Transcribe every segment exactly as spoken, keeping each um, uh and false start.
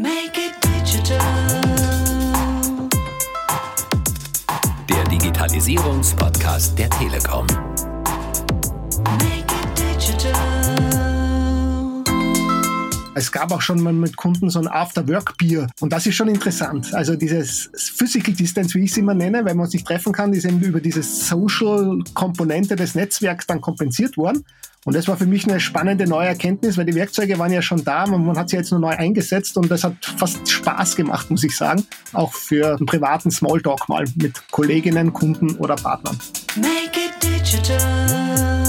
Make it digital. Der Digitalisierungspodcast der Telekom. Make it digital. Es gab auch schon mal mit Kunden so ein After-Work-Bier. Und das ist schon interessant. Also dieses Physical Distance, wie ich es immer nenne, weil man sich treffen kann, ist eben über diese Social-Komponente des Netzwerks dann kompensiert worden. Und das war für mich eine spannende neue Erkenntnis, weil die Werkzeuge waren ja schon da, und man hat sie jetzt nur neu eingesetzt und das hat fast Spaß gemacht, muss ich sagen. Auch für einen privaten Smalltalk mal mit Kolleginnen, Kunden oder Partnern. Make it digital.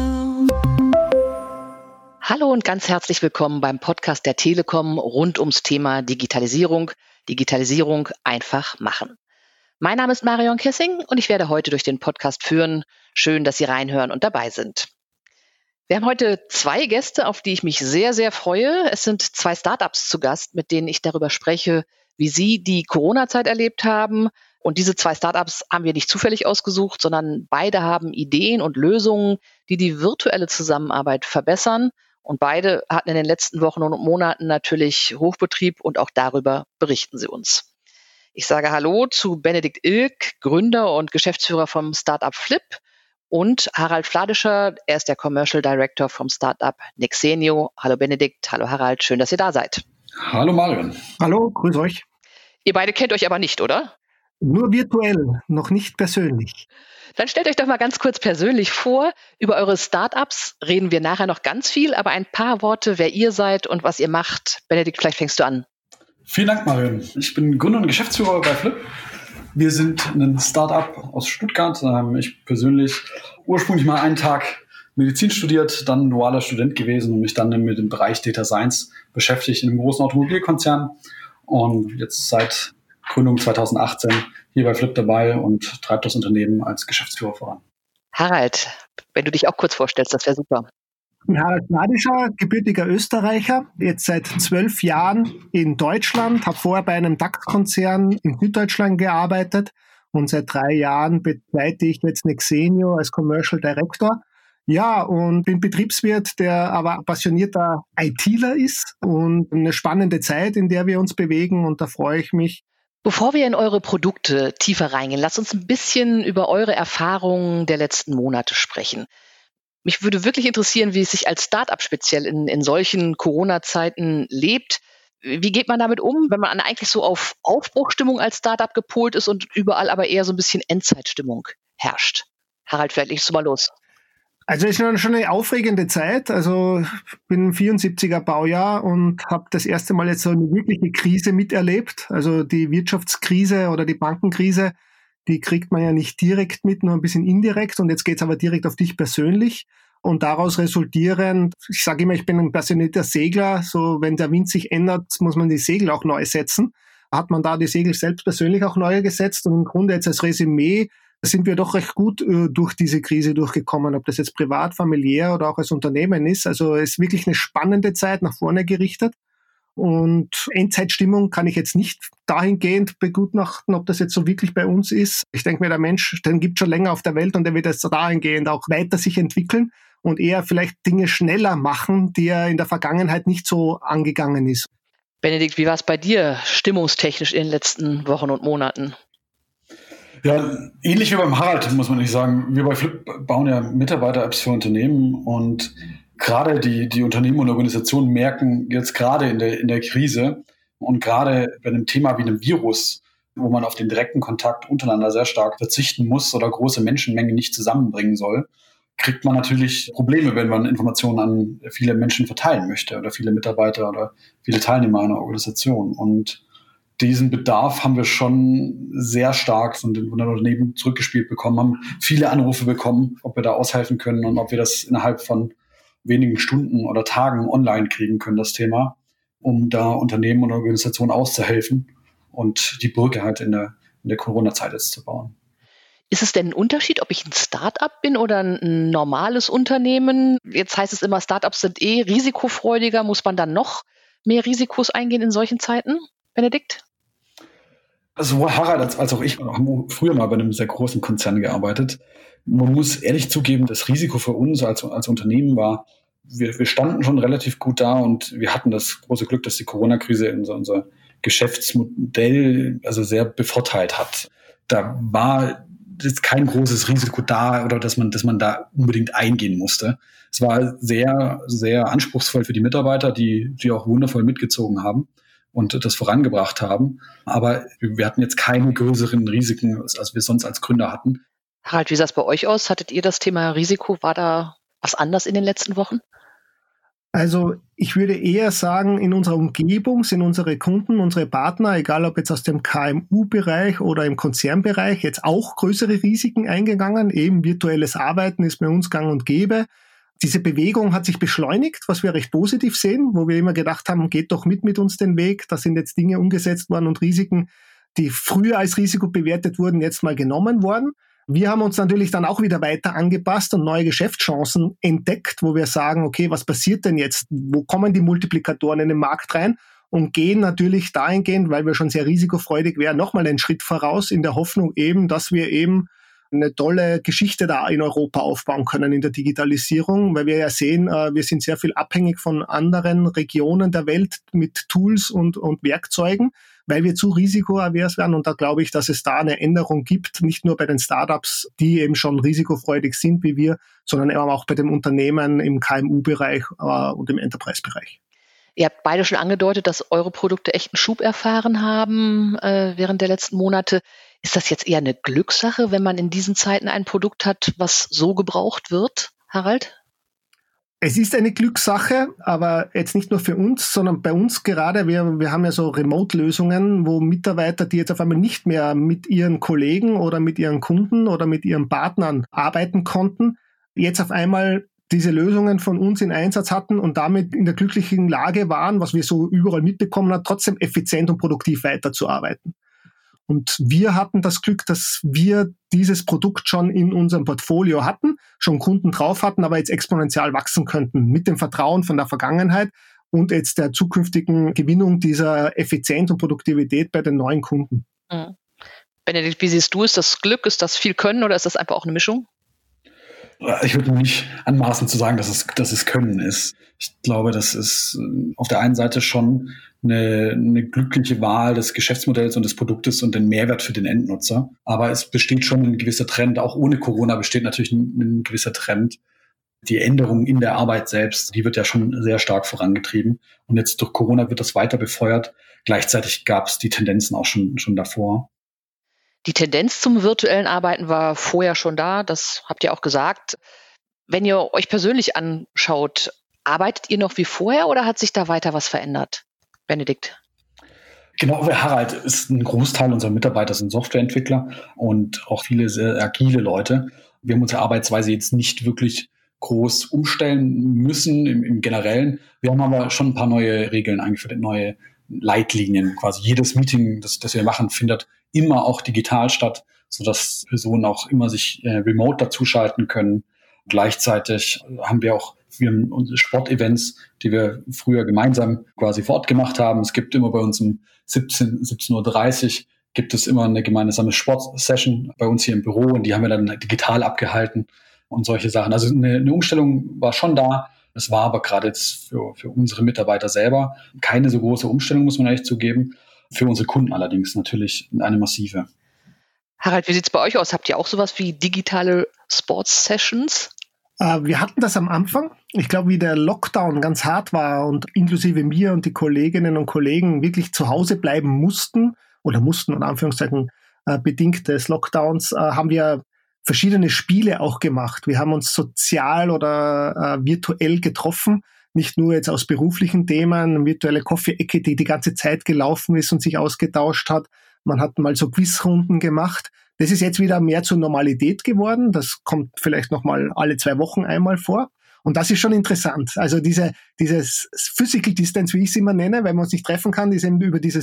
Hallo und ganz herzlich willkommen beim Podcast der Telekom rund ums Thema Digitalisierung. Digitalisierung einfach machen. Mein Name ist Marion Kissing und ich werde heute durch den Podcast führen. Schön, dass Sie reinhören und dabei sind. Wir haben heute zwei Gäste, auf die ich mich sehr, sehr freue. Es sind zwei Startups zu Gast, mit denen ich darüber spreche, wie sie die Corona-Zeit erlebt haben. Und diese zwei Startups haben wir nicht zufällig ausgesucht, sondern beide haben Ideen und Lösungen, die die virtuelle Zusammenarbeit verbessern. Und beide hatten in den letzten Wochen und Monaten natürlich Hochbetrieb und auch darüber berichten sie uns. Ich sage Hallo zu Benedikt Ilk, Gründer und Geschäftsführer vom Startup Flip, und Harald Fladischer, er ist der Commercial Director vom Startup Nexenio. Hallo Benedikt, hallo Harald, schön, dass ihr da seid. Hallo Marion. Hallo, grüß euch. Ihr beide kennt euch aber nicht, oder? Nur virtuell, noch nicht persönlich. Dann stellt euch doch mal ganz kurz persönlich vor. Über eure Startups reden wir nachher noch ganz viel, aber ein paar Worte, wer ihr seid und was ihr macht. Benedikt, vielleicht fängst du an. Vielen Dank, Marion. Ich bin Gründer und Geschäftsführer bei Flip. Wir sind ein Startup aus Stuttgart. Ich persönlich ursprünglich mal einen Tag Medizin studiert, dann dualer Student gewesen und mich dann mit dem Bereich Data Science beschäftigt in einem großen Automobilkonzern. Und jetzt seit Gründung zwanzig achtzehn hier bei Flip dabei und treibt das Unternehmen als Geschäftsführer voran. Harald, wenn du dich auch kurz vorstellst, das wäre super. Ich bin Harald Fladischer, gebürtiger Österreicher, jetzt seit zwölf Jahren in Deutschland, habe vorher bei einem D A X-Konzern in Süddeutschland gearbeitet und seit drei Jahren begleite ich jetzt Nexenio als Commercial Director. Ja, und bin Betriebswirt, der aber passionierter ITler ist, und eine spannende Zeit, in der wir uns bewegen, und da freue ich mich. Bevor wir in eure Produkte tiefer reingehen, lasst uns ein bisschen über eure Erfahrungen der letzten Monate sprechen. Mich würde wirklich interessieren, wie es sich als Startup speziell in, in solchen Corona-Zeiten lebt. Wie geht man damit um, wenn man eigentlich so auf Aufbruchstimmung als Startup gepolt ist und überall aber eher so ein bisschen Endzeitstimmung herrscht? Harald, vielleicht legst du mal los. Also es ist schon eine aufregende Zeit. Also ich bin vierundsiebziger Baujahr und habe das erste Mal jetzt so eine wirkliche Krise miterlebt. Also die Wirtschaftskrise oder die Bankenkrise, die kriegt man ja nicht direkt mit, nur ein bisschen indirekt. Und jetzt geht's aber direkt auf dich persönlich. Und daraus resultierend, ich sage immer, ich bin ein passionierter Segler. So, wenn der Wind sich ändert, muss man die Segel auch neu setzen. Hat man da die Segel selbst persönlich auch neu gesetzt. Und im Grunde jetzt als Resümee sind wir doch recht gut äh, durch diese Krise durchgekommen, ob das jetzt privat, familiär oder auch als Unternehmen ist. Also es ist wirklich eine spannende Zeit nach vorne gerichtet. Und Endzeitstimmung kann ich jetzt nicht dahingehend begutachten, ob das jetzt so wirklich bei uns ist. Ich denke mir, der Mensch, den gibt es schon länger auf der Welt und der wird jetzt dahingehend auch weiter sich entwickeln und eher vielleicht Dinge schneller machen, die er in der Vergangenheit nicht so angegangen ist. Benedikt, wie war es bei dir stimmungstechnisch in den letzten Wochen und Monaten? Ja, ähnlich wie beim Harald, muss man nicht sagen. Wir bei Flip bauen ja Mitarbeiter-Apps für Unternehmen, und gerade die, die Unternehmen und Organisationen merken jetzt gerade in der, in der Krise und gerade bei einem Thema wie einem Virus, wo man auf den direkten Kontakt untereinander sehr stark verzichten muss oder große Menschenmengen nicht zusammenbringen soll, kriegt man natürlich Probleme, wenn man Informationen an viele Menschen verteilen möchte oder viele Mitarbeiter oder viele Teilnehmer einer Organisation. Und diesen Bedarf haben wir schon sehr stark von den Unternehmen zurückgespielt bekommen, haben viele Anrufe bekommen, ob wir da aushelfen können und ob wir das innerhalb von wenigen Stunden oder Tagen online kriegen können, das Thema, um da Unternehmen und Organisationen auszuhelfen und die Brücke halt in der, in der Corona-Zeit jetzt zu bauen. Ist es denn ein Unterschied, ob ich ein Start-up bin oder ein normales Unternehmen? Jetzt heißt es immer, Start-ups sind eh risikofreudiger. Muss man dann noch mehr Risikos eingehen in solchen Zeiten? Benedikt? Also sowohl Harald als, als auch ich haben früher mal bei einem sehr großen Konzern gearbeitet. Man muss ehrlich zugeben, das Risiko für uns als, als Unternehmen war wir, wir standen schon relativ gut da und wir hatten das große Glück, dass die Corona-Krise unser, unser Geschäftsmodell also sehr bevorteilt hat. Da war jetzt kein großes Risiko da oder dass man, dass man da unbedingt eingehen musste. Es war sehr, sehr anspruchsvoll für die Mitarbeiter, die, die auch wundervoll mitgezogen haben und das vorangebracht haben. Aber wir hatten jetzt keine größeren Risiken, als wir sonst als Gründer hatten. Harald, wie sah es bei euch aus? Hattet ihr das Thema Risiko? War da was anders in den letzten Wochen? Also ich würde eher sagen, in unserer Umgebung sind unsere Kunden, unsere Partner, egal ob jetzt aus dem K M U-Bereich oder im Konzernbereich, jetzt auch größere Risiken eingegangen. Eben virtuelles Arbeiten ist bei uns gang und gäbe. Diese Bewegung hat sich beschleunigt, was wir recht positiv sehen, wo wir immer gedacht haben, geht doch mit mit uns den Weg. Da sind jetzt Dinge umgesetzt worden und Risiken, die früher als Risiko bewertet wurden, jetzt mal genommen worden. Wir haben uns natürlich dann auch wieder weiter angepasst und neue Geschäftschancen entdeckt, wo wir sagen, okay, was passiert denn jetzt? Wo kommen die Multiplikatoren in den Markt rein? Und gehen natürlich dahingehend, weil wir schon sehr risikofreudig wären, nochmal einen Schritt voraus in der Hoffnung eben, dass wir eben eine tolle Geschichte da in Europa aufbauen können in der Digitalisierung, weil wir ja sehen, wir sind sehr viel abhängig von anderen Regionen der Welt mit Tools und, und Werkzeugen, weil wir zu risikoavers werden. Und da glaube ich, dass es da eine Änderung gibt, nicht nur bei den Startups, die eben schon risikofreudig sind wie wir, sondern eben auch bei den Unternehmen im K M U-Bereich äh, und im Enterprise-Bereich. Ihr habt beide schon angedeutet, dass eure Produkte echt einen Schub erfahren haben äh, während der letzten Monate. Ist das jetzt eher eine Glückssache, wenn man in diesen Zeiten ein Produkt hat, was so gebraucht wird, Harald? Es ist eine Glückssache, aber jetzt nicht nur für uns, sondern bei uns gerade. Wir, wir haben ja so Remote-Lösungen, wo Mitarbeiter, die jetzt auf einmal nicht mehr mit ihren Kollegen oder mit ihren Kunden oder mit ihren Partnern arbeiten konnten, jetzt auf einmal diese Lösungen von uns in Einsatz hatten und damit in der glücklichen Lage waren, was wir so überall mitbekommen haben, trotzdem effizient und produktiv weiterzuarbeiten. Und wir hatten das Glück, dass wir dieses Produkt schon in unserem Portfolio hatten, schon Kunden drauf hatten, aber jetzt exponentiell wachsen könnten mit dem Vertrauen von der Vergangenheit und jetzt der zukünftigen Gewinnung dieser Effizienz und Produktivität bei den neuen Kunden. Mhm. Benedikt, wie siehst du, ist das Glück, ist das viel Können oder ist das einfach auch eine Mischung? Ich würde nicht anmaßen zu sagen, dass es, dass es Können ist. Ich glaube, das ist auf der einen Seite schon eine, eine glückliche Wahl des Geschäftsmodells und des Produktes und den Mehrwert für den Endnutzer. Aber es besteht schon ein gewisser Trend. Auch ohne Corona besteht natürlich ein, ein gewisser Trend. Die Änderung in der Arbeit selbst, die wird ja schon sehr stark vorangetrieben. Und jetzt durch Corona wird das weiter befeuert. Gleichzeitig gab es die Tendenzen auch schon, schon davor. Die Tendenz zum virtuellen Arbeiten war vorher schon da, das habt ihr auch gesagt. Wenn ihr euch persönlich anschaut, arbeitet ihr noch wie vorher oder hat sich da weiter was verändert? Benedikt? Genau, Harald ist ein Großteil unserer Mitarbeiter sind Softwareentwickler und auch viele sehr agile Leute. Wir haben unsere Arbeitsweise jetzt nicht wirklich groß umstellen müssen im, im Generellen. Wir haben aber schon ein paar neue Regeln eingeführt, neue Leitlinien. Quasi jedes Meeting, das, das wir machen, findet immer auch digital statt, sodass Personen auch immer sich äh, remote dazuschalten können. Gleichzeitig haben wir auch wir haben unsere Sportevents, die wir früher gemeinsam quasi vor Ort gemacht haben. Es gibt immer bei uns um siebzehn, siebzehn Uhr dreißig gibt es immer eine gemeinsame Sportsession bei uns hier im Büro und die haben wir dann digital abgehalten und solche Sachen. Also eine, eine Umstellung war schon da. Es war aber gerade jetzt für, für unsere Mitarbeiter selber keine so große Umstellung, muss man ehrlich zugeben. Für unsere Kunden allerdings natürlich eine massive. Harald, wie sieht es bei euch aus? Habt ihr auch sowas wie digitale Sports-Sessions? Äh, wir hatten das am Anfang. Ich glaube, wie der Lockdown ganz hart war und inklusive mir und die Kolleginnen und Kollegen wirklich zu Hause bleiben mussten oder mussten, in Anführungszeichen, äh, bedingt des Lockdowns, äh, haben wir verschiedene Spiele auch gemacht. Wir haben uns sozial oder äh, virtuell getroffen. Nicht nur jetzt aus beruflichen Themen, virtuelle Coffee-Ecke, die die ganze Zeit gelaufen ist und sich ausgetauscht hat. Man hat mal so Quizrunden gemacht. Das ist jetzt wieder mehr zur Normalität geworden. Das kommt vielleicht noch mal alle zwei Wochen einmal vor. Und das ist schon interessant. Also diese dieses Physical Distance, wie ich es immer nenne, weil man uns nicht treffen kann, ist eben über diese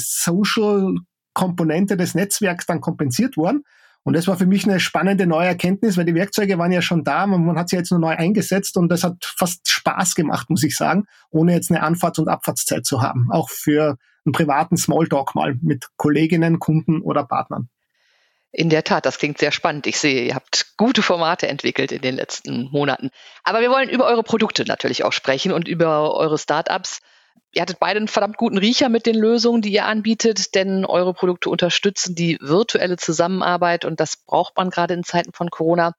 Social-Komponente des Netzwerks dann kompensiert worden. Und das war für mich eine spannende neue Erkenntnis, weil die Werkzeuge waren ja schon da, man, man hat sie jetzt nur neu eingesetzt und das hat fast Spaß gemacht, muss ich sagen, ohne jetzt eine Anfahrts- und Abfahrtszeit zu haben. Auch für einen privaten Smalltalk mal mit Kolleginnen, Kunden oder Partnern. In der Tat, das klingt sehr spannend. Ich sehe, ihr habt gute Formate entwickelt in den letzten Monaten. Aber wir wollen über eure Produkte natürlich auch sprechen und über eure Startups. Ihr hattet beide einen verdammt guten Riecher mit den Lösungen, die ihr anbietet, denn eure Produkte unterstützen die virtuelle Zusammenarbeit und das braucht man gerade in Zeiten von Corona.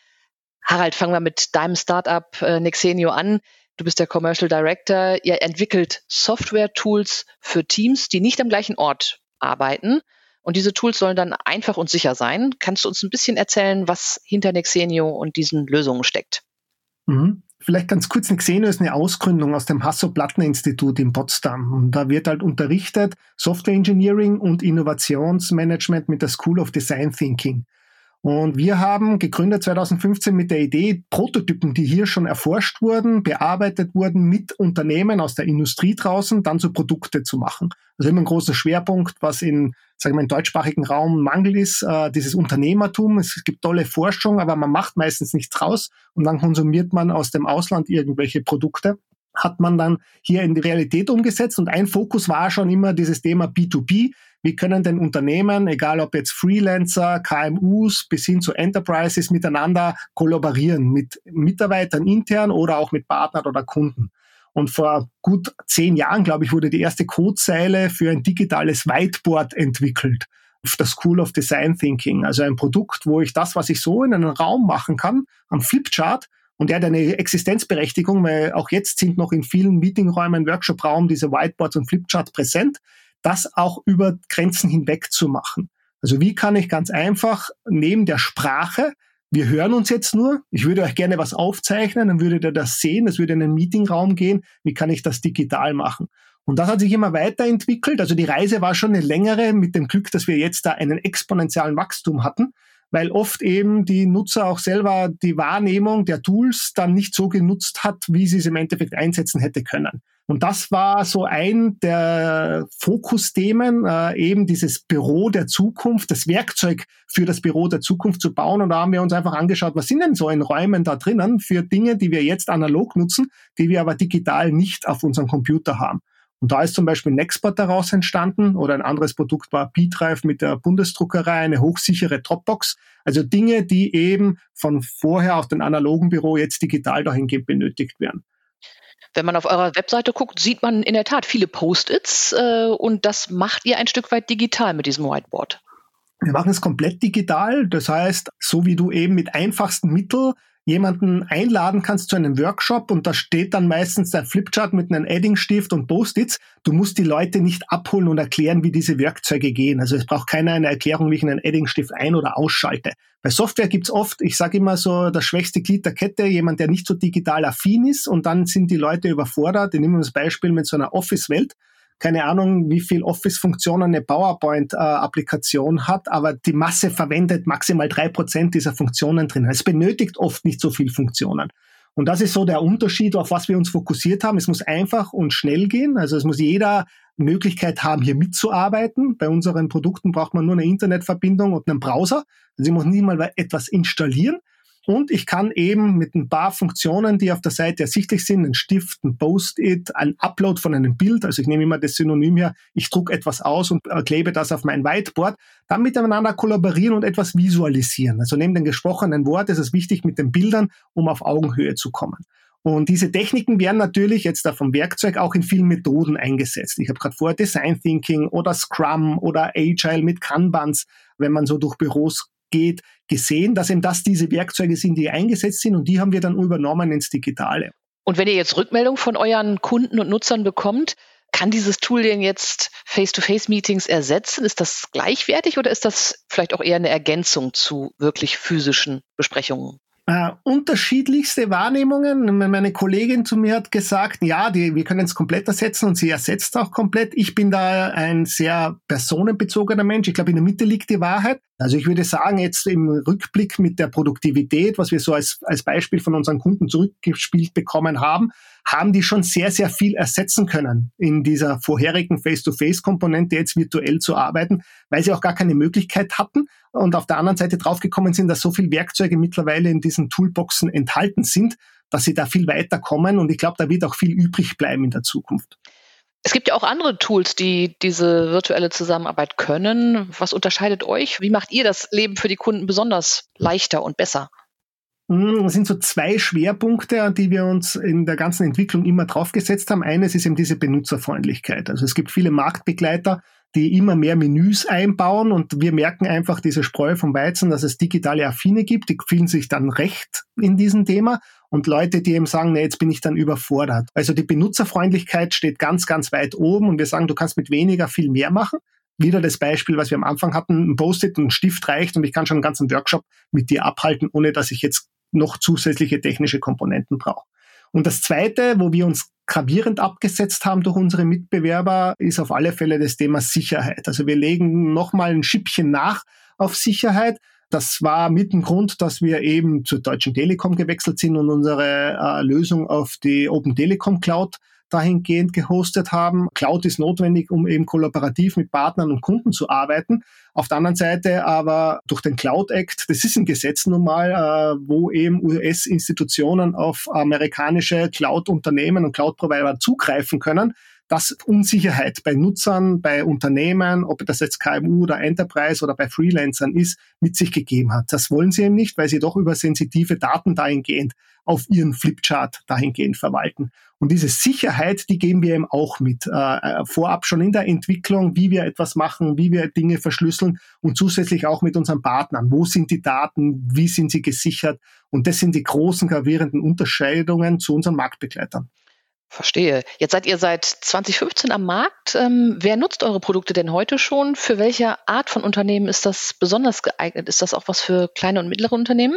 Harald, fangen wir mit deinem Startup äh, Nexenio an. Du bist der Commercial Director. Ihr entwickelt Software-Tools für Teams, die nicht am gleichen Ort arbeiten. Und diese Tools sollen dann einfach und sicher sein. Kannst du uns ein bisschen erzählen, was hinter Nexenio und diesen Lösungen steckt? Mhm. Vielleicht ganz kurz, Nexenio ist eine Ausgründung aus dem Hasso-Plattner-Institut in Potsdam. Und da wird halt unterrichtet Software Engineering und Innovationsmanagement mit der School of Design Thinking. Und wir haben gegründet zwanzig fünfzehn mit der Idee, Prototypen, die hier schon erforscht wurden, bearbeitet wurden, mit Unternehmen aus der Industrie draußen, dann zu Produkte zu machen. Also immer ein großer Schwerpunkt, was in, sagen wir, im deutschsprachigen Raum Mangel ist, äh, dieses Unternehmertum. Es gibt tolle Forschung, aber man macht meistens nichts draus und dann konsumiert man aus dem Ausland irgendwelche Produkte. Hat man dann hier in die Realität umgesetzt und ein Fokus war schon immer dieses Thema B zwei B. Wie können denn Unternehmen, egal ob jetzt Freelancer, K M Us bis hin zu Enterprises, miteinander kollaborieren, mit Mitarbeitern intern oder auch mit Partnern oder Kunden? Und vor gut zehn Jahren, glaube ich, wurde die erste Codezeile für ein digitales Whiteboard entwickelt. Das School of Design Thinking, also ein Produkt, wo ich das, was ich so in einem Raum machen kann, am Flipchart, und der hat eine Existenzberechtigung, weil auch jetzt sind noch in vielen Meetingräumen, Workshopraum diese Whiteboards und Flipchart präsent, das auch über Grenzen hinweg zu machen. Also wie kann ich ganz einfach neben der Sprache, wir hören uns jetzt nur, ich würde euch gerne was aufzeichnen, dann würdet ihr das sehen, das würde in einen Meetingraum gehen, wie kann ich das digital machen? Und das hat sich immer weiterentwickelt, also die Reise war schon eine längere, mit dem Glück, dass wir jetzt da einen exponentiellen Wachstum hatten, weil oft eben die Nutzer auch selber die Wahrnehmung der Tools dann nicht so genutzt hat, wie sie es im Endeffekt einsetzen hätte können. Und das war so ein der Fokusthemen, äh, eben dieses Büro der Zukunft, das Werkzeug für das Büro der Zukunft zu bauen. Und da haben wir uns einfach angeschaut, was sind denn so in Räumen da drinnen für Dinge, die wir jetzt analog nutzen, die wir aber digital nicht auf unserem Computer haben. Und da ist zum Beispiel Nextbot daraus entstanden oder ein anderes Produkt war B-Drive mit der Bundesdruckerei, eine hochsichere Dropbox. Also Dinge, die eben von vorher auf dem analogen Büro jetzt digital dahingehend benötigt werden. Wenn man auf eurer Webseite guckt, sieht man in der Tat viele Post-its äh, und das macht ihr ein Stück weit digital mit diesem Whiteboard. Wir machen es komplett digital. Das heißt, so wie du eben mit einfachsten Mitteln jemanden einladen kannst zu einem Workshop und da steht dann meistens der Flipchart mit einem Eddingstift und Post-its. Du musst die Leute nicht abholen und erklären, wie diese Werkzeuge gehen. Also es braucht keiner eine Erklärung, wie ich einen Eddingstift ein- oder ausschalte. Bei Software gibt's oft, ich sage immer so, das schwächste Glied der Kette, jemand, der nicht so digital affin ist und dann sind die Leute überfordert. Ich nehme das Beispiel mit so einer Office-Welt. Keine Ahnung, wie viel Office-Funktionen eine PowerPoint-Applikation äh, hat, aber die Masse verwendet maximal drei Prozent dieser Funktionen drin. Es benötigt oft nicht so viel Funktionen. Und das ist so der Unterschied, auf was wir uns fokussiert haben. Es muss einfach und schnell gehen. Also es muss jeder Möglichkeit haben, hier mitzuarbeiten. Bei unseren Produkten braucht man nur eine Internetverbindung und einen Browser. Also ich muss nicht mal etwas installieren. Und ich kann eben mit ein paar Funktionen, die auf der Seite ersichtlich sind, ein Stift, ein Post-it, ein Upload von einem Bild, also ich nehme immer das Synonym her, ich drucke etwas aus und klebe das auf mein Whiteboard, dann miteinander kollaborieren und etwas visualisieren. Also neben dem gesprochenen Wort ist es wichtig mit den Bildern, um auf Augenhöhe zu kommen. Und diese Techniken werden natürlich jetzt da vom Werkzeug auch in vielen Methoden eingesetzt. Ich habe gerade vorher Design Thinking oder Scrum oder Agile mit Kanbans, wenn man so durch Büros geht, gesehen, dass eben das diese Werkzeuge sind, die eingesetzt sind und die haben wir dann übernommen ins Digitale. Und wenn ihr jetzt Rückmeldung von euren Kunden und Nutzern bekommt, kann dieses Tool denn jetzt Face-to-Face-Meetings ersetzen? Ist das gleichwertig oder ist das vielleicht auch eher eine Ergänzung zu wirklich physischen Besprechungen? Äh, unterschiedlichste Wahrnehmungen. Meine Kollegin zu mir hat gesagt, ja, die, wir können es komplett ersetzen und sie ersetzt auch komplett. Ich bin da ein sehr personenbezogener Mensch. Ich glaube, in der Mitte liegt die Wahrheit. Also ich würde sagen, jetzt im Rückblick mit der Produktivität, was wir so als, als Beispiel von unseren Kunden zurückgespielt bekommen haben, haben die schon sehr, sehr viel ersetzen können in dieser vorherigen Face-to-Face-Komponente jetzt virtuell zu arbeiten, weil sie auch gar keine Möglichkeit hatten und auf der anderen Seite draufgekommen sind, dass so viele Werkzeuge mittlerweile in diesen Toolboxen enthalten sind, dass sie da viel weiterkommen und ich glaube, da wird auch viel übrig bleiben in der Zukunft. Es gibt ja auch andere Tools, die diese virtuelle Zusammenarbeit können. Was unterscheidet euch? Wie macht ihr das Leben für die Kunden besonders leichter und besser? Es sind so zwei Schwerpunkte, an die wir uns in der ganzen Entwicklung immer draufgesetzt haben. Eines ist eben diese Benutzerfreundlichkeit. Also es gibt viele Marktbegleiter, die immer mehr Menüs einbauen und wir merken einfach diese Spreu vom Weizen, dass es digitale Affine gibt, die fühlen sich dann recht in diesem Thema und Leute, die eben sagen, nee, jetzt bin ich dann überfordert. Also die Benutzerfreundlichkeit steht ganz, ganz weit oben und wir sagen, du kannst mit weniger viel mehr machen. Wieder das Beispiel, was wir am Anfang hatten, ein Post-it und ein Stift reicht und ich kann schon einen ganzen Workshop mit dir abhalten, ohne dass ich jetzt noch zusätzliche technische Komponenten brauche. Und das Zweite, wo wir uns gravierend abgesetzt haben durch unsere Mitbewerber, ist auf alle Fälle das Thema Sicherheit. Also wir legen nochmal ein Schippchen nach auf Sicherheit. Das war mit dem Grund, dass wir eben zur Deutschen Telekom gewechselt sind und unsere äh, Lösung auf die Open Telekom Cloud dahingehend gehostet haben. Cloud ist notwendig, um eben kollaborativ mit Partnern und Kunden zu arbeiten. Auf der anderen Seite aber durch den Cloud Act, das ist ein Gesetz nun mal, äh, wo eben U S-Institutionen auf amerikanische Cloud-Unternehmen und Cloud-Provider zugreifen können, das Unsicherheit bei Nutzern, bei Unternehmen, ob das jetzt K M U oder Enterprise oder bei Freelancern ist, mit sich gegeben hat. Das wollen sie eben nicht, weil sie doch über sensitive Daten dahingehend auf ihren Flipchart dahingehend verwalten. Und diese Sicherheit, die geben wir eben auch mit. Äh, vorab schon in der Entwicklung, wie wir etwas machen, wie wir Dinge verschlüsseln und zusätzlich auch mit unseren Partnern. Wo sind die Daten? Wie sind sie gesichert? Und das sind die großen gravierenden Unterscheidungen zu unseren Marktbegleitern. Verstehe. Jetzt seid ihr seit zwanzig fünfzehn am Markt. Ähm, wer nutzt eure Produkte denn heute schon? Für welche Art von Unternehmen ist das besonders geeignet? Ist das auch was für kleine und mittlere Unternehmen?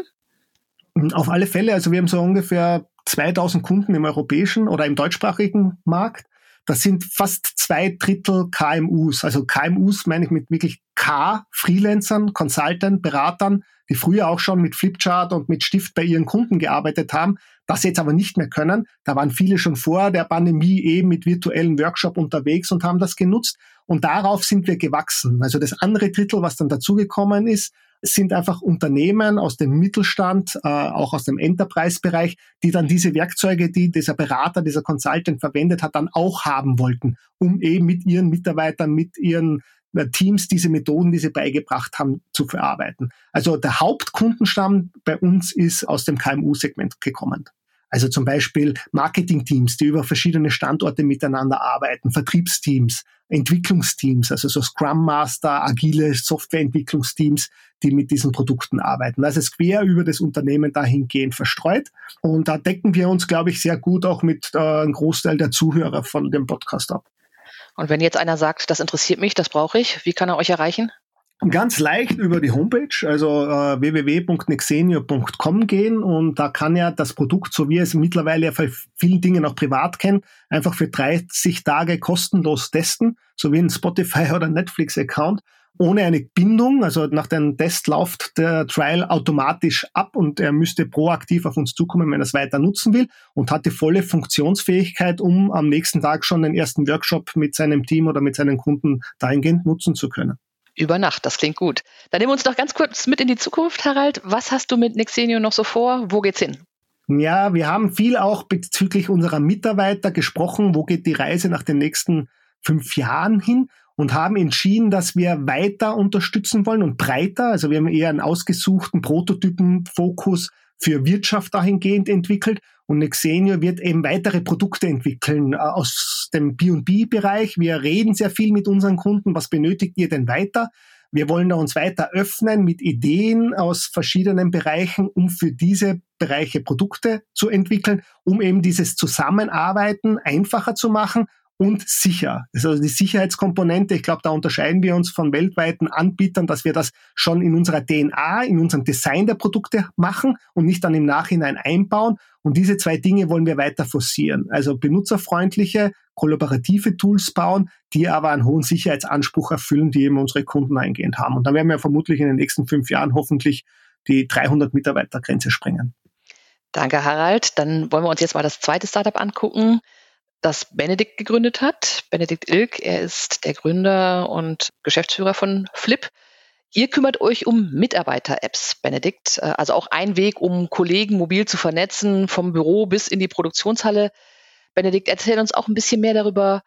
Auf alle Fälle. Also wir haben so ungefähr zweitausend Kunden im europäischen oder im deutschsprachigen Markt. Das sind fast zwei Drittel K M Us. Also K M Us meine ich mit wirklich K, Freelancern, Consultants, Beratern, die früher auch schon mit Flipchart und mit Stift bei ihren Kunden gearbeitet haben, das jetzt aber nicht mehr können. Da waren viele schon vor der Pandemie eben mit virtuellen Workshop unterwegs und haben das genutzt. Und darauf sind wir gewachsen. Also das andere Drittel, was dann dazugekommen ist, sind einfach Unternehmen aus dem Mittelstand, äh, auch aus dem Enterprise-Bereich, die dann diese Werkzeuge, die dieser Berater, dieser Consultant verwendet hat, dann auch haben wollten, um eben mit ihren Mitarbeitern, mit ihren äh, Teams diese Methoden, die sie beigebracht haben, zu verarbeiten. Also der Hauptkundenstamm bei uns ist aus dem K M U-Segment gekommen. Also zum Beispiel Marketingteams, die über verschiedene Standorte miteinander arbeiten, Vertriebsteams, Entwicklungsteams, also so Scrum Master, agile Softwareentwicklungsteams, die mit diesen Produkten arbeiten. Also es ist quer über das Unternehmen dahingehend verstreut. Und da decken wir uns, glaube ich, sehr gut auch mit äh, einem Großteil der Zuhörer von dem Podcast ab. Und wenn jetzt einer sagt, das interessiert mich, das brauche ich, wie kann er euch erreichen? Ganz leicht über die Homepage, also äh, w w w punkt nexenio punkt com gehen und da kann er das Produkt, so wie er es mittlerweile für vielen Dingen auch privat kennt, einfach für dreißig Tage kostenlos testen, so wie ein Spotify oder Netflix-Account, ohne eine Bindung. Also nach dem Test läuft der Trial automatisch ab und er müsste proaktiv auf uns zukommen, wenn er es weiter nutzen will und hat die volle Funktionsfähigkeit, um am nächsten Tag schon den ersten Workshop mit seinem Team oder mit seinen Kunden dahingehend nutzen zu können. Über Nacht, das klingt gut. Dann nehmen wir uns doch ganz kurz mit in die Zukunft, Harald. Was hast du mit Nexenio noch so vor? Wo geht's hin? Ja, wir haben viel auch bezüglich unserer Mitarbeiter gesprochen. Wo geht die Reise nach den nächsten fünf Jahren hin? Und haben entschieden, dass wir weiter unterstützen wollen und breiter. Also wir haben eher einen ausgesuchten Prototypenfokus für Wirtschaft dahingehend entwickelt. Und Nexenio wird eben weitere Produkte entwickeln äh, aus dem B und B-Bereich. Wir reden sehr viel mit unseren Kunden. Was benötigt ihr denn weiter? Wir wollen da uns weiter öffnen mit Ideen aus verschiedenen Bereichen, um für diese Bereiche Produkte zu entwickeln, um eben dieses Zusammenarbeiten einfacher zu machen und sicher. Also die Sicherheitskomponente, ich glaube, da unterscheiden wir uns von weltweiten Anbietern, dass wir das schon in unserer D N A, in unserem Design der Produkte machen und nicht dann im Nachhinein einbauen. Und diese zwei Dinge wollen wir weiter forcieren. Also benutzerfreundliche, kollaborative Tools bauen, die aber einen hohen Sicherheitsanspruch erfüllen, die eben unsere Kunden eingehend haben. Und dann werden wir vermutlich in den nächsten fünf Jahren hoffentlich die dreihundert Mitarbeiter-Grenze sprengen. Danke, Harald. Dann wollen wir uns jetzt mal das zweite Startup angucken, das Benedikt gegründet hat. Benedikt Ilk, er ist der Gründer und Geschäftsführer von Flip. Ihr kümmert euch um Mitarbeiter-Apps, Benedikt. Also auch ein Weg, um Kollegen mobil zu vernetzen, vom Büro bis in die Produktionshalle. Benedikt, erzähl uns auch ein bisschen mehr darüber,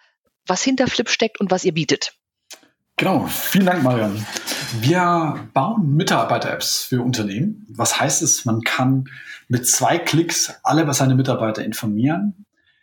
was hinter Flip steckt und was ihr bietet. Genau, vielen Dank, Marion. Wir bauen Mitarbeiter-Apps für Unternehmen. Was heißt es? Man kann mit zwei Klicks alle über seine Mitarbeiter informieren.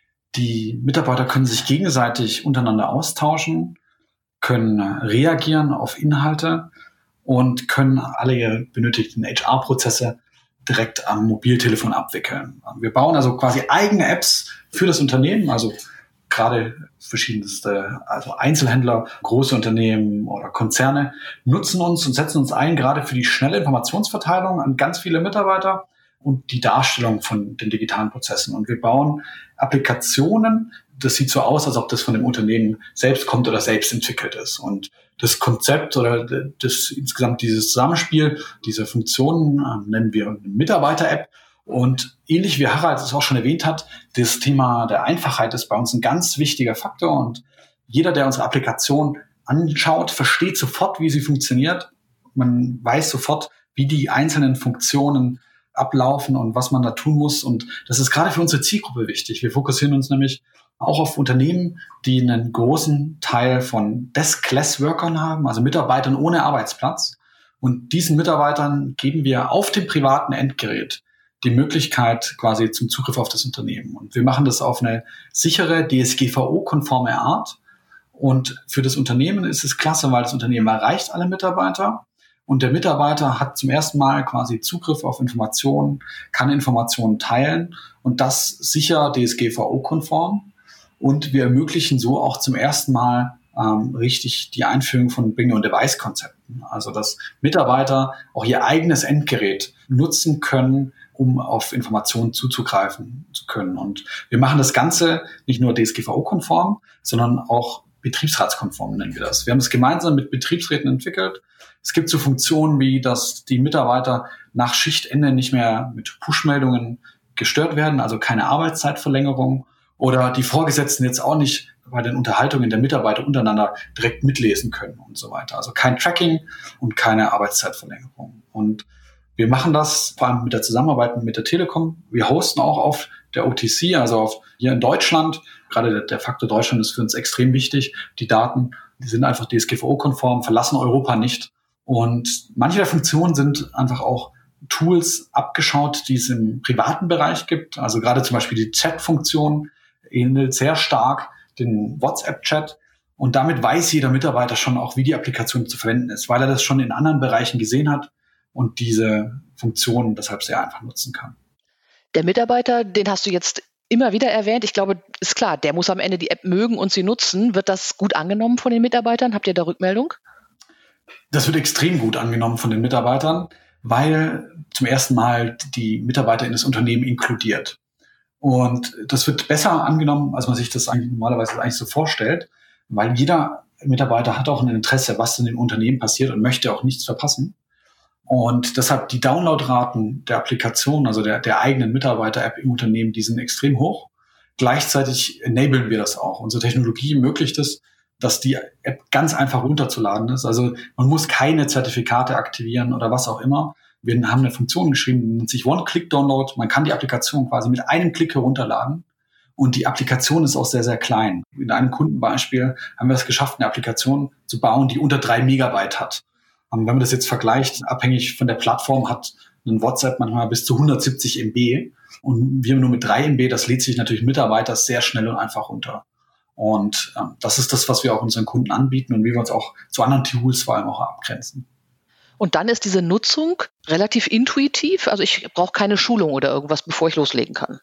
Die Mitarbeiter können sich gegenseitig untereinander austauschen, können reagieren auf Inhalte und können alle ihre benötigten H R-Prozesse direkt am Mobiltelefon abwickeln. Wir bauen also quasi eigene Apps für das Unternehmen, also gerade verschiedenste, also Einzelhändler, große Unternehmen oder Konzerne nutzen uns und setzen uns ein, gerade für die schnelle Informationsverteilung an ganz viele Mitarbeiter und die Darstellung von den digitalen Prozessen. Und wir bauen Applikationen, das sieht so aus, als ob das von dem Unternehmen selbst kommt oder selbst entwickelt ist. Und das Konzept oder das insgesamt dieses Zusammenspiel, diese Funktionen äh, nennen wir eine Mitarbeiter-App. Und ähnlich wie Harald es auch schon erwähnt hat, das Thema der Einfachheit ist bei uns ein ganz wichtiger Faktor. Und jeder, der unsere Applikation anschaut, versteht sofort, wie sie funktioniert. Man weiß sofort, wie die einzelnen Funktionen ablaufen und was man da tun muss. Und das ist gerade für unsere Zielgruppe wichtig. Wir fokussieren uns nämlich auch auf Unternehmen, die einen großen Teil von Deskless-Workern haben, also Mitarbeitern ohne Arbeitsplatz. Und diesen Mitarbeitern geben wir auf dem privaten Endgerät die Möglichkeit quasi zum Zugriff auf das Unternehmen. Und wir machen das auf eine sichere, D S G V O-konforme Art. Und für das Unternehmen ist es klasse, weil das Unternehmen erreicht alle Mitarbeiter. Und der Mitarbeiter hat zum ersten Mal quasi Zugriff auf Informationen, kann Informationen teilen und das sicher D S G V O-konform. Und wir ermöglichen so auch zum ersten Mal ähm, richtig die Einführung von Bring-on-Device-Konzepten. Also dass Mitarbeiter auch ihr eigenes Endgerät nutzen können, um auf Informationen zuzugreifen zu können. Und wir machen das Ganze nicht nur D S G V O-konform, sondern auch betriebsratskonform nennen wir das. Wir haben es gemeinsam mit Betriebsräten entwickelt. Es gibt so Funktionen wie, dass die Mitarbeiter nach Schichtende nicht mehr mit Push-Meldungen gestört werden, also keine Arbeitszeitverlängerung, oder die Vorgesetzten jetzt auch nicht bei den Unterhaltungen der Mitarbeiter untereinander direkt mitlesen können und so weiter. Also kein Tracking und keine Arbeitszeitverlängerung. Und wir machen das vor allem mit der Zusammenarbeit mit der Telekom. Wir hosten auch auf der O T C, also auf hier in Deutschland. Gerade der, der Faktor Deutschland ist für uns extrem wichtig. Die Daten, die sind einfach D S G V O-konform, verlassen Europa nicht. Und manche der Funktionen sind einfach auch Tools abgeschaut, die es im privaten Bereich gibt. Also gerade zum Beispiel die Chat-Funktion ähnelt sehr stark den WhatsApp-Chat. Und damit weiß jeder Mitarbeiter schon auch, wie die Applikation zu verwenden ist, weil er das schon in anderen Bereichen gesehen hat und diese Funktionen deshalb sehr einfach nutzen kann. Der Mitarbeiter, den hast du jetzt immer wieder erwähnt. Ich glaube, ist klar, der muss am Ende die App mögen und sie nutzen. Wird das gut angenommen von den Mitarbeitern? Habt ihr da Rückmeldung? Das wird extrem gut angenommen von den Mitarbeitern, weil zum ersten Mal die Mitarbeiter in das Unternehmen inkludiert. Und das wird besser angenommen, als man sich das eigentlich normalerweise eigentlich so vorstellt, weil jeder Mitarbeiter hat auch ein Interesse, was in dem Unternehmen passiert und möchte auch nichts verpassen. Und deshalb die Downloadraten der Applikation, also der, der eigenen Mitarbeiter-App im Unternehmen, die sind extrem hoch. Gleichzeitig enablen wir das auch. Unsere Technologie ermöglicht es, dass die App ganz einfach runterzuladen ist. Also man muss keine Zertifikate aktivieren oder was auch immer. Wir haben eine Funktion geschrieben, die nennt sich One-Click-Download. Man kann die Applikation quasi mit einem Klick herunterladen. Und die Applikation ist auch sehr, sehr klein. In einem Kundenbeispiel haben wir es geschafft, eine Applikation zu bauen, die unter drei Megabyte hat. Und wenn man das jetzt vergleicht, abhängig von der Plattform, hat ein WhatsApp manchmal bis zu hundertsiebzig Megabyte. Und wir nur mit drei Megabyte, das lädt sich natürlich Mitarbeiter sehr schnell und einfach runter. Und ähm, das ist das, was wir auch unseren Kunden anbieten und wie wir uns auch zu anderen Tools vor allem auch abgrenzen. Und dann ist diese Nutzung relativ intuitiv. Also ich brauche keine Schulung oder irgendwas, bevor ich loslegen kann.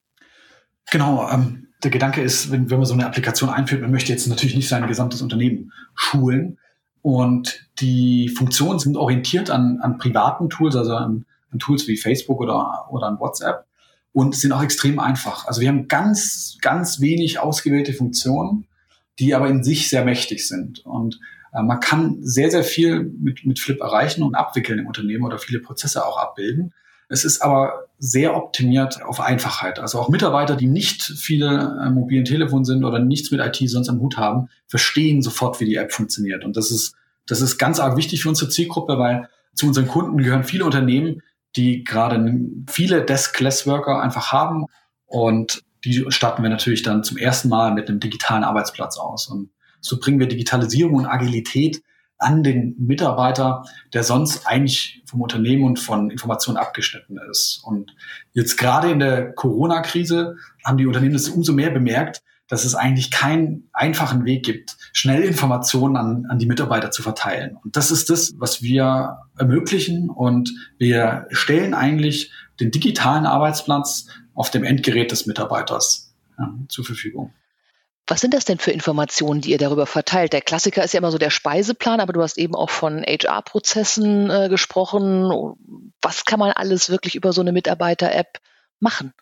Genau. Ähm, der Gedanke ist, wenn, wenn man so eine Applikation einführt, man möchte jetzt natürlich nicht sein gesamtes Unternehmen schulen. Und die Funktionen sind orientiert an, an privaten Tools, also an, an Tools wie Facebook oder, oder an WhatsApp. Und sind auch extrem einfach. Also wir haben ganz, ganz wenig ausgewählte Funktionen, die aber in sich sehr mächtig sind. Und äh, man kann sehr, sehr viel mit, mit Flip erreichen und abwickeln im Unternehmen oder viele Prozesse auch abbilden. Es ist aber sehr optimiert auf Einfachheit. Also auch Mitarbeiter, die nicht viele äh, mobilen Telefon sind oder nichts mit I T sonst am Hut haben, verstehen sofort, wie die App funktioniert. Und das ist, das ist ganz arg wichtig für unsere Zielgruppe, weil zu unseren Kunden gehören viele Unternehmen, die gerade viele Deskless-Worker einfach haben. Und die statten wir natürlich dann zum ersten Mal mit einem digitalen Arbeitsplatz aus. Und so bringen wir Digitalisierung und Agilität an den Mitarbeiter, der sonst eigentlich vom Unternehmen und von Informationen abgeschnitten ist. Und jetzt gerade in der Corona-Krise haben die Unternehmen das umso mehr bemerkt, dass es eigentlich keinen einfachen Weg gibt, schnell Informationen an, an die Mitarbeiter zu verteilen. Und das ist das, was wir ermöglichen. Und wir stellen eigentlich den digitalen Arbeitsplatz auf dem Endgerät des Mitarbeiters ja, zur Verfügung. Was sind das denn für Informationen, die ihr darüber verteilt? Der Klassiker ist ja immer so der Speiseplan, aber du hast eben auch von H R-Prozessen äh, gesprochen. Was kann man alles wirklich über so eine Mitarbeiter-App machen?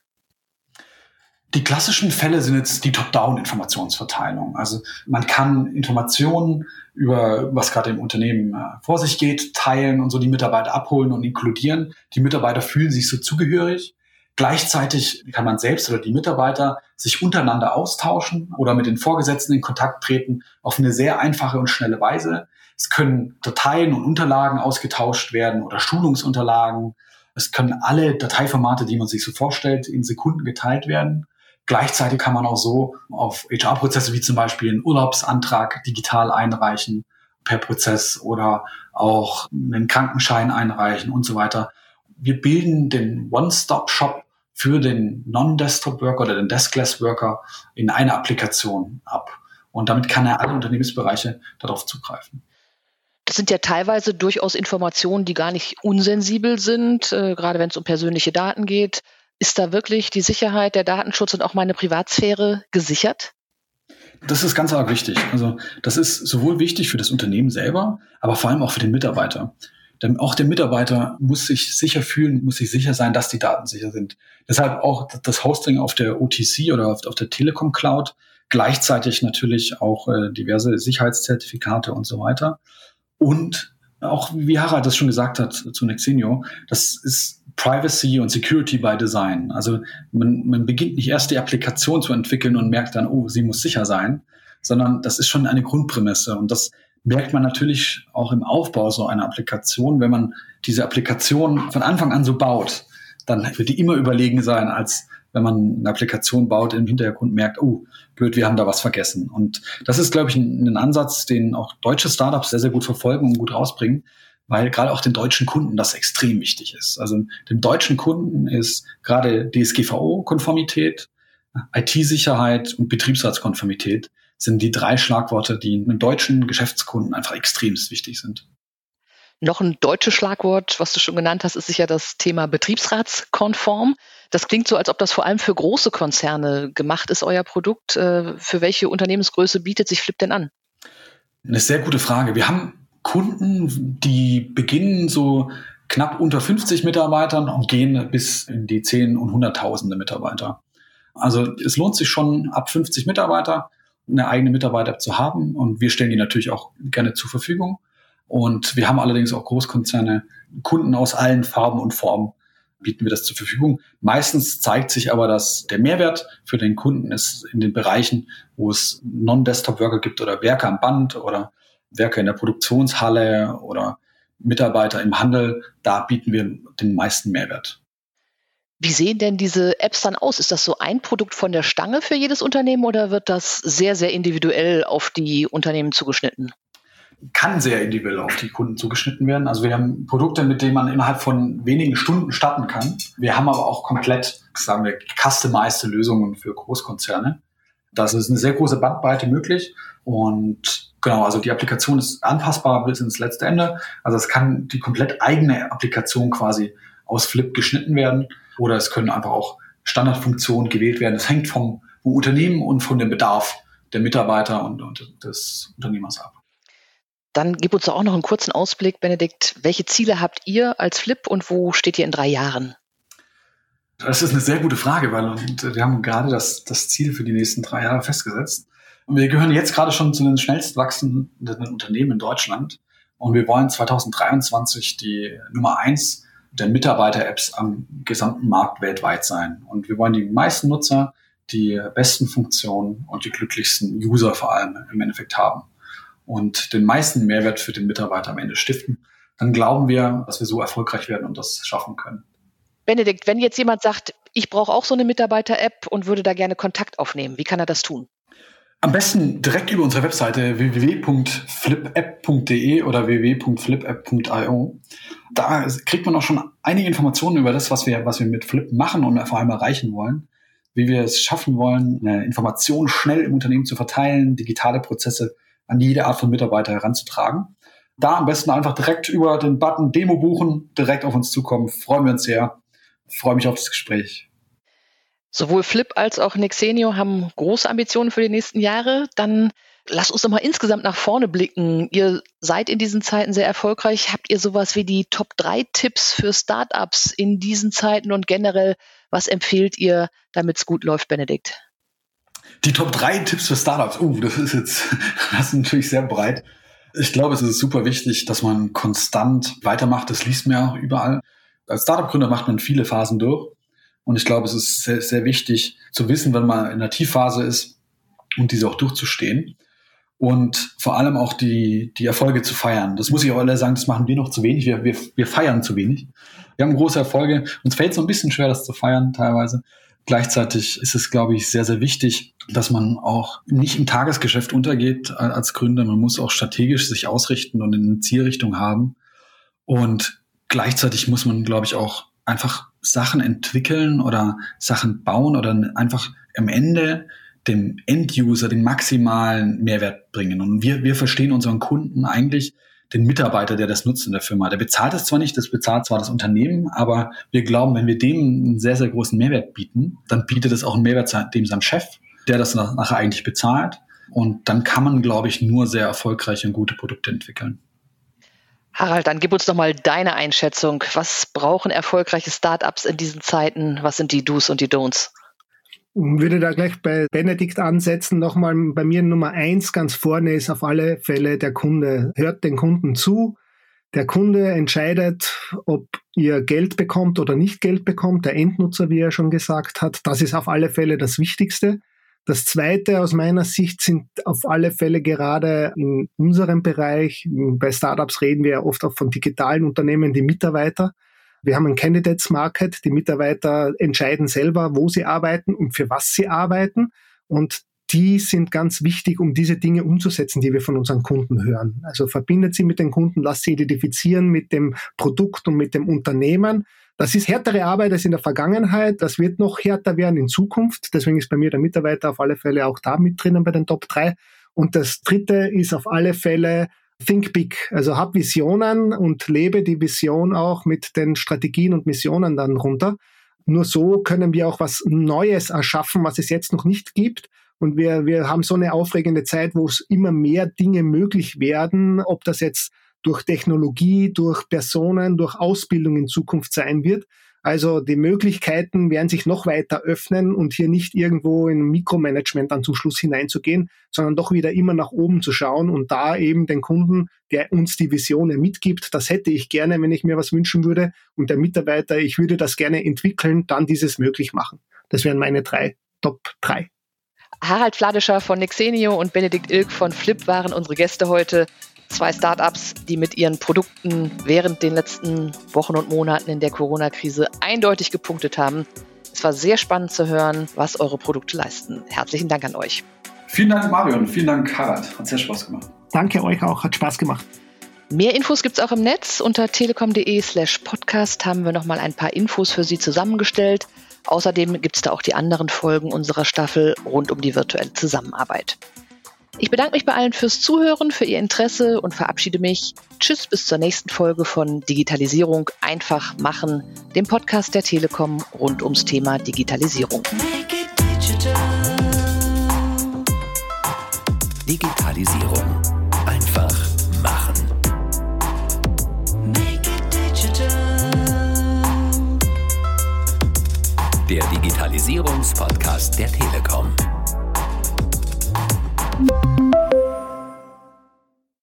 Die klassischen Fälle sind jetzt die Top-Down-Informationsverteilung. Also man kann Informationen über, was gerade im Unternehmen äh, vor sich geht, teilen und so die Mitarbeiter abholen und inkludieren. Die Mitarbeiter fühlen sich so zugehörig. Gleichzeitig kann man selbst oder die Mitarbeiter sich untereinander austauschen oder mit den Vorgesetzten in Kontakt treten auf eine sehr einfache und schnelle Weise. Es können Dateien und Unterlagen ausgetauscht werden oder Schulungsunterlagen. Es können alle Dateiformate, die man sich so vorstellt, in Sekunden geteilt werden. Gleichzeitig kann man auch so auf H R-Prozesse wie zum Beispiel einen Urlaubsantrag digital einreichen per Prozess oder auch einen Krankenschein einreichen und so weiter. Wir bilden den One-Stop-Shop für den Non-Desktop-Worker oder den Deskless-Worker in einer Applikation ab. Und damit kann er alle Unternehmensbereiche darauf zugreifen. Das sind ja teilweise durchaus Informationen, die gar nicht unsensibel sind, äh, gerade wenn es um persönliche Daten geht. Ist da wirklich die Sicherheit, der Datenschutz und auch meine Privatsphäre gesichert? Das ist ganz arg wichtig. Also das ist sowohl wichtig für das Unternehmen selber, aber vor allem auch für den Mitarbeiter. Denn auch der Mitarbeiter muss sich sicher fühlen, muss sich sicher sein, dass die Daten sicher sind. Deshalb auch das Hosting auf der O T C oder auf, auf der Telekom Cloud, gleichzeitig natürlich auch äh, diverse Sicherheitszertifikate und so weiter. Und auch, wie Harald das schon gesagt hat zu Nexenio, das ist Privacy und Security by Design. Also man, man beginnt nicht erst die Applikation zu entwickeln und merkt dann, oh, sie muss sicher sein, sondern das ist schon eine Grundprämisse. Und das merkt man natürlich auch im Aufbau so einer Applikation. Wenn man diese Applikation von Anfang an so baut, dann wird die immer überlegen sein, als wenn man eine Applikation baut, im Hintergrund merkt, oh, blöd, wir haben da was vergessen. Und das ist, glaube ich, ein, ein Ansatz, den auch deutsche Startups sehr, sehr gut verfolgen und gut rausbringen, weil gerade auch den deutschen Kunden das extrem wichtig ist. Also dem deutschen Kunden ist gerade D S G V O-Konformität, I T-Sicherheit und Betriebsratskonformität sind die drei Schlagworte, die einem deutschen Geschäftskunden einfach extrem wichtig sind. Noch ein deutsches Schlagwort, was du schon genannt hast, ist sicher das Thema betriebsratskonform. Das klingt so, als ob das vor allem für große Konzerne gemacht ist, euer Produkt. Für welche Unternehmensgröße bietet sich Flip denn an? Eine sehr gute Frage. Wir haben Kunden, die beginnen so knapp unter fünfzig Mitarbeitern und gehen bis in die zehn- und hunderttausende Mitarbeiter. Also es lohnt sich schon ab fünfzig Mitarbeiter eine eigene Mitarbeiter zu haben und wir stellen die natürlich auch gerne zur Verfügung. Und wir haben allerdings auch Großkonzerne, Kunden aus allen Farben und Formen bieten wir das zur Verfügung. Meistens zeigt sich aber, dass der Mehrwert für den Kunden ist in den Bereichen, wo es Non-Desktop-Worker gibt oder Werke am Band oder Werke in der Produktionshalle oder Mitarbeiter im Handel. Da bieten wir den meisten Mehrwert. Wie sehen denn diese Apps dann aus? Ist das so ein Produkt von der Stange für jedes Unternehmen oder wird das sehr, sehr individuell auf die Unternehmen zugeschnitten? Kann sehr individuell auf die Kunden zugeschnitten werden. Also wir haben Produkte, mit denen man innerhalb von wenigen Stunden starten kann. Wir haben aber auch komplett, sagen wir, customized Lösungen für Großkonzerne. Das ist eine sehr große Bandbreite möglich. Und genau, also die Applikation ist anpassbar bis ins letzte Ende. Also es kann die komplett eigene Applikation quasi aus Flip geschnitten werden. Oder es können einfach auch Standardfunktionen gewählt werden. Das hängt vom, vom Unternehmen und von dem Bedarf der Mitarbeiter und, und des Unternehmers ab. Dann gib uns doch auch noch einen kurzen Ausblick, Benedikt. Welche Ziele habt ihr als Flip und wo steht ihr in drei Jahren? Das ist eine sehr gute Frage, weil wir haben gerade das, das Ziel für die nächsten drei Jahre festgesetzt. Und wir gehören jetzt gerade schon zu den schnellst wachsenden Unternehmen in Deutschland. Und wir wollen zwanzig dreiundzwanzig die Nummer eins der Mitarbeiter-Apps am gesamten Markt weltweit sein. Und wir wollen die meisten Nutzer, die besten Funktionen und die glücklichsten User vor allem im Endeffekt haben. Und den meisten Mehrwert für den Mitarbeiter am Ende stiften, dann glauben wir, dass wir so erfolgreich werden und das schaffen können. Benedikt, wenn jetzt jemand sagt, ich brauche auch so eine Mitarbeiter-App und würde da gerne Kontakt aufnehmen. Wie kann er das tun? Am besten direkt über unsere Webseite w w w punkt flip app punkt d e oder w w w punkt flip app punkt i o. Da kriegt man auch schon einige Informationen über das, was wir, was wir mit Flip machen und vor allem erreichen wollen. Wie wir es schaffen wollen, eine Information schnell im Unternehmen zu verteilen, digitale Prozesse an jede Art von Mitarbeiter heranzutragen. Da am besten einfach direkt über den Button Demo buchen, direkt auf uns zukommen. Freuen wir uns sehr. Freue mich auf das Gespräch. Sowohl Flip als auch Nexenio haben große Ambitionen für die nächsten Jahre. Dann lasst uns doch mal insgesamt nach vorne blicken. Ihr seid in diesen Zeiten sehr erfolgreich. Habt ihr sowas wie die Top drei Tipps für Startups in diesen Zeiten und generell, was empfehlt ihr, damit es gut läuft, Benedikt? Die Top drei Tipps für Startups. Uh, das ist jetzt, das ist natürlich sehr breit. Ich glaube, es ist super wichtig, dass man konstant weitermacht. Das liest man ja auch überall. Als Startup-Gründer macht man viele Phasen durch. Und ich glaube, es ist sehr, sehr wichtig zu wissen, wenn man in der Tiefphase ist und diese auch durchzustehen. Und vor allem auch die, die Erfolge zu feiern. Das muss ich auch alle sagen, das machen wir noch zu wenig. Wir, wir, wir feiern zu wenig. Wir haben große Erfolge. Uns fällt es so ein bisschen schwer, das zu feiern teilweise. Gleichzeitig ist es, glaube ich, sehr, sehr wichtig, dass man auch nicht im Tagesgeschäft untergeht als Gründer. Man muss auch strategisch sich ausrichten und eine Zielrichtung haben. Und gleichzeitig muss man, glaube ich, auch einfach Sachen entwickeln oder Sachen bauen oder einfach am Ende dem End-User den maximalen Mehrwert bringen. Und wir, wir verstehen unseren Kunden eigentlich, den Mitarbeiter, der das nutzt in der Firma. Der bezahlt es zwar nicht, das bezahlt zwar das Unternehmen, aber wir glauben, wenn wir dem einen sehr, sehr großen Mehrwert bieten, dann bietet es auch einen Mehrwert dem seinem Chef, der das nachher eigentlich bezahlt. Und dann kann man, glaube ich, nur sehr erfolgreiche und gute Produkte entwickeln. Harald, dann gib uns doch mal deine Einschätzung. Was brauchen erfolgreiche Startups in diesen Zeiten? Was sind die Do's und die Don'ts? Ich würde da gleich bei Benedikt ansetzen. Nochmal bei mir Nummer eins ganz vorne ist auf alle Fälle der Kunde. Hört den Kunden zu. Der Kunde entscheidet, ob ihr Geld bekommt oder nicht Geld bekommt. Der Endnutzer, wie er schon gesagt hat. Das ist auf alle Fälle das Wichtigste. Das Zweite aus meiner Sicht sind auf alle Fälle gerade in unserem Bereich, bei Startups reden wir ja oft auch von digitalen Unternehmen, die Mitarbeiter. Wir haben ein Candidates Market, die Mitarbeiter entscheiden selber, wo sie arbeiten und für was sie arbeiten. Und die sind ganz wichtig, um diese Dinge umzusetzen, die wir von unseren Kunden hören. Also verbindet sie mit den Kunden, lasst sie identifizieren mit dem Produkt und mit dem Unternehmen. Das ist härtere Arbeit als in der Vergangenheit. Das wird noch härter werden in Zukunft. Deswegen ist bei mir der Mitarbeiter auf alle Fälle auch da mit drinnen bei den Top drei. Und das Dritte ist auf alle Fälle Think Big. Also hab Visionen und lebe die Vision auch mit den Strategien und Missionen dann runter. Nur so können wir auch was Neues erschaffen, was es jetzt noch nicht gibt. Und wir, wir haben so eine aufregende Zeit, wo es immer mehr Dinge möglich werden, ob das jetzt durch Technologie, durch Personen, durch Ausbildung in Zukunft sein wird. Also die Möglichkeiten werden sich noch weiter öffnen und hier nicht irgendwo in Mikromanagement dann zum Schluss hineinzugehen, sondern doch wieder immer nach oben zu schauen und da eben den Kunden, der uns die Vision mitgibt, das hätte ich gerne, wenn ich mir was wünschen würde, und der Mitarbeiter, ich würde das gerne entwickeln, dann dieses möglich machen. Das wären meine drei, Top drei. Harald Fladischer von Nexenio und Benedikt Ilk von Flip waren unsere Gäste heute. Zwei Startups, die mit ihren Produkten während den letzten Wochen und Monaten in der Corona-Krise eindeutig gepunktet haben. Es war sehr spannend zu hören, was eure Produkte leisten. Herzlichen Dank an euch. Vielen Dank, Marion. Vielen Dank, Harald. Hat sehr Spaß gemacht. Danke euch auch. Hat Spaß gemacht. Mehr Infos gibt's auch im Netz. Unter telekom.de slash podcast haben wir nochmal ein paar Infos für Sie zusammengestellt. Außerdem gibt's da auch die anderen Folgen unserer Staffel rund um die virtuelle Zusammenarbeit. Ich bedanke mich bei allen fürs Zuhören, für Ihr Interesse und verabschiede mich. Tschüss, bis zur nächsten Folge von Digitalisierung einfach machen, dem Podcast der Telekom rund ums Thema Digitalisierung. Make it digital. Digitalisierung einfach machen. Make it digital. Der Digitalisierungspodcast der Telekom.